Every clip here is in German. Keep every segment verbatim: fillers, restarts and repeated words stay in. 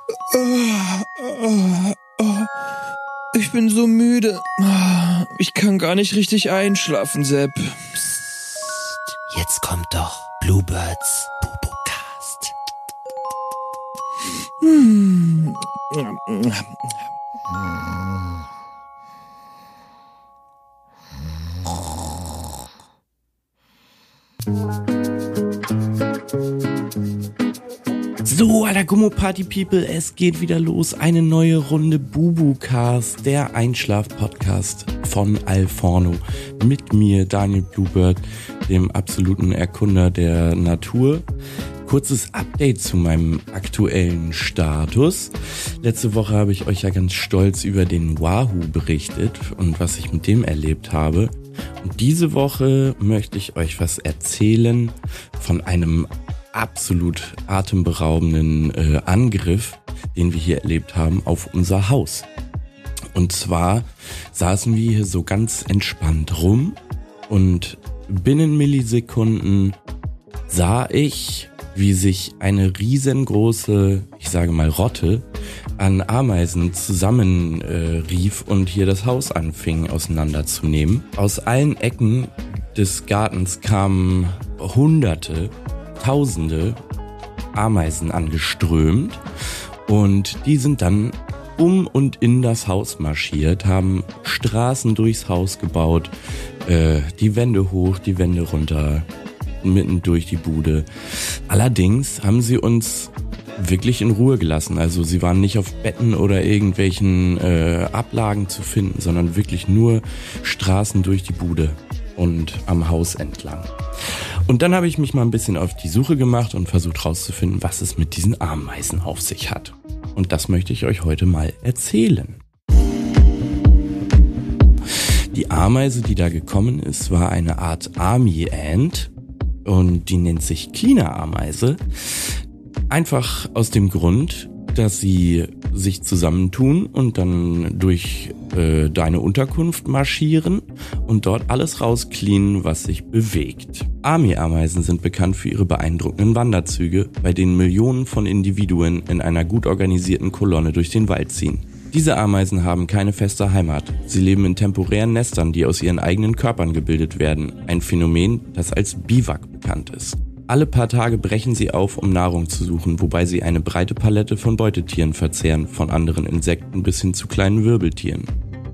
Ich bin so müde. Ich kann gar nicht richtig einschlafen, Sepp. Psst, jetzt kommt doch Bluebirds Bubocast. Hm. So, alter Gummo-Party-People, es geht wieder los. Eine neue Runde Bubucast, der Einschlaf-Podcast von Alforno. Mit mir, Daniel Bluebird, dem absoluten Erkunder der Natur. Kurzes Update zu meinem aktuellen Status. Letzte Woche habe ich euch ja ganz stolz über den Wahoo berichtet und was ich mit dem erlebt habe. Und diese Woche möchte ich euch was erzählen von einem absolut atemberaubenden äh, Angriff, den wir hier erlebt haben auf unser Haus. Und zwar saßen wir hier so ganz entspannt rum und binnen Millisekunden sah ich, wie sich eine riesengroße, ich sage mal Rotte, an Ameisen zusammenrief äh, und hier das Haus anfing auseinanderzunehmen. Aus allen Ecken des Gartens kamen Hunderte, Tausende Ameisen angeströmt und die sind dann um und in das Haus marschiert, haben Straßen durchs Haus gebaut, äh, die Wände hoch, die Wände runter, mitten durch die Bude. Allerdings haben sie uns wirklich in Ruhe gelassen. Also sie waren nicht auf Betten oder irgendwelchen äh, Ablagen zu finden, sondern wirklich nur Straßen durch die Bude und am Haus entlang. Und dann habe ich mich mal ein bisschen auf die Suche gemacht und versucht herauszufinden, was es mit diesen Ameisen auf sich hat. Und das möchte ich euch heute mal erzählen. Die Ameise, die da gekommen ist, war eine Art Army Ant und die nennt sich Cleaner-Ameise. Einfach aus dem Grund, dass sie sich zusammentun und dann durch äh, deine Unterkunft marschieren und dort alles rauscleanen, was sich bewegt. Army-Ameisen sind bekannt für ihre beeindruckenden Wanderzüge, bei denen Millionen von Individuen in einer gut organisierten Kolonne durch den Wald ziehen. Diese Ameisen haben keine feste Heimat. Sie leben in temporären Nestern, die aus ihren eigenen Körpern gebildet werden. Ein Phänomen, das als Biwak bekannt ist. Alle paar Tage brechen sie auf, um Nahrung zu suchen, wobei sie eine breite Palette von Beutetieren verzehren, von anderen Insekten bis hin zu kleinen Wirbeltieren.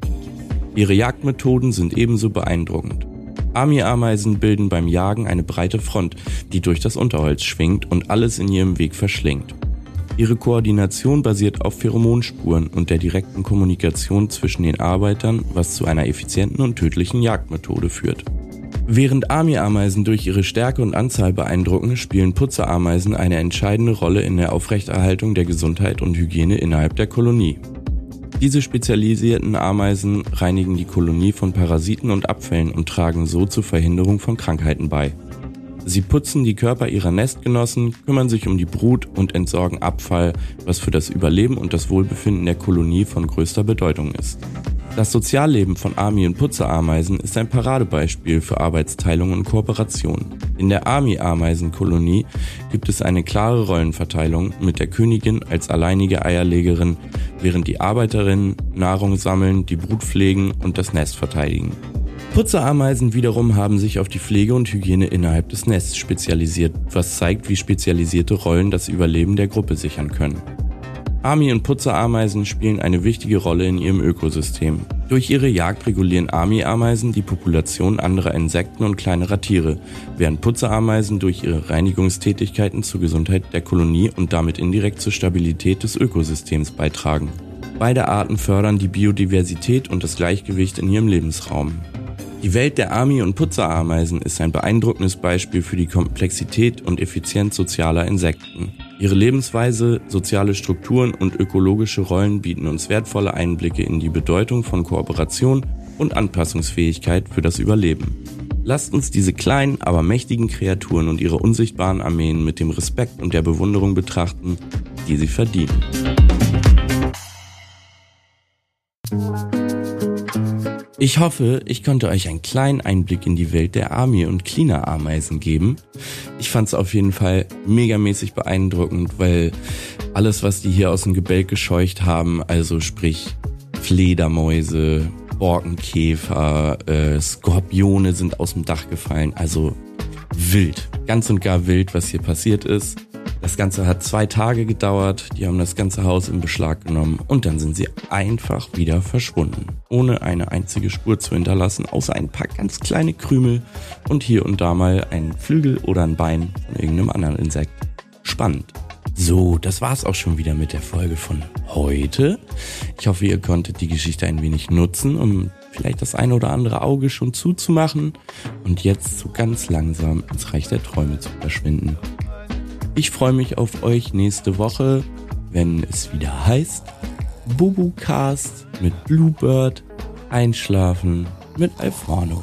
Ihre Jagdmethoden sind ebenso beeindruckend. Army-Ameisen bilden beim Jagen eine breite Front, die durch das Unterholz schwingt und alles in ihrem Weg verschlingt. Ihre Koordination basiert auf Pheromonspuren und der direkten Kommunikation zwischen den Arbeitern, was zu einer effizienten und tödlichen Jagdmethode führt. Während Army-Ameisen durch ihre Stärke und Anzahl beeindrucken, spielen Putzerameisen eine entscheidende Rolle in der Aufrechterhaltung der Gesundheit und Hygiene innerhalb der Kolonie. Diese spezialisierten Ameisen reinigen die Kolonie von Parasiten und Abfällen und tragen so zur Verhinderung von Krankheiten bei. Sie putzen die Körper ihrer Nestgenossen, kümmern sich um die Brut und entsorgen Abfall, was für das Überleben und das Wohlbefinden der Kolonie von größter Bedeutung ist. Das Sozialleben von Army- und Putzerameisen ist ein Paradebeispiel für Arbeitsteilung und Kooperation. In der Army-Ameisenkolonie gibt es eine klare Rollenverteilung mit der Königin als alleinige Eierlegerin, während die Arbeiterinnen Nahrung sammeln, die Brut pflegen und das Nest verteidigen. Putzerameisen wiederum haben sich auf die Pflege und Hygiene innerhalb des Nests spezialisiert, was zeigt, wie spezialisierte Rollen das Überleben der Gruppe sichern können. Army- und Putzerameisen spielen eine wichtige Rolle in ihrem Ökosystem. Durch ihre Jagd regulieren Army-Ameisen die Population anderer Insekten und kleinerer Tiere, während Putzerameisen durch ihre Reinigungstätigkeiten zur Gesundheit der Kolonie und damit indirekt zur Stabilität des Ökosystems beitragen. Beide Arten fördern die Biodiversität und das Gleichgewicht in ihrem Lebensraum. Die Welt der Army- und Putzerameisen ist ein beeindruckendes Beispiel für die Komplexität und Effizienz sozialer Insekten. Ihre Lebensweise, soziale Strukturen und ökologische Rollen bieten uns wertvolle Einblicke in die Bedeutung von Kooperation und Anpassungsfähigkeit für das Überleben. Lasst uns diese kleinen, aber mächtigen Kreaturen und ihre unsichtbaren Armeen mit dem Respekt und der Bewunderung betrachten, die sie verdienen. Ich hoffe, ich konnte euch einen kleinen Einblick in die Welt der Army- und Cleaner-Ameisen geben. Ich fand es auf jeden Fall megamäßig beeindruckend, weil alles, was die hier aus dem Gebälk gescheucht haben, also sprich Fledermäuse, Borkenkäfer, äh, Skorpione sind aus dem Dach gefallen, also wild, ganz und gar wild, was hier passiert ist. Das Ganze hat zwei Tage gedauert, die haben das ganze Haus in Beschlag genommen und dann sind sie einfach wieder verschwunden, ohne eine einzige Spur zu hinterlassen, außer ein paar ganz kleine Krümel und hier und da mal ein Flügel oder ein Bein von irgendeinem anderen Insekt. Spannend. So, das war's auch schon wieder mit der Folge von heute. Ich hoffe, ihr konntet die Geschichte ein wenig nutzen, um vielleicht das eine oder andere Auge schon zuzumachen und jetzt so ganz langsam ins Reich der Träume zu verschwinden. Ich freue mich auf euch nächste Woche, wenn es wieder heißt BubuCast mit Bluebird, Einschlafen mit Alforno.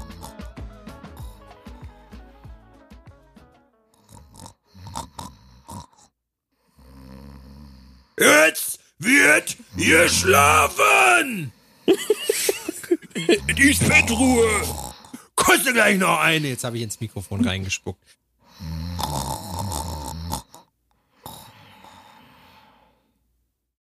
Jetzt wird geschlafen! Die Bettruhe! Kostet gleich noch eine. Jetzt habe ich ins Mikrofon reingespuckt.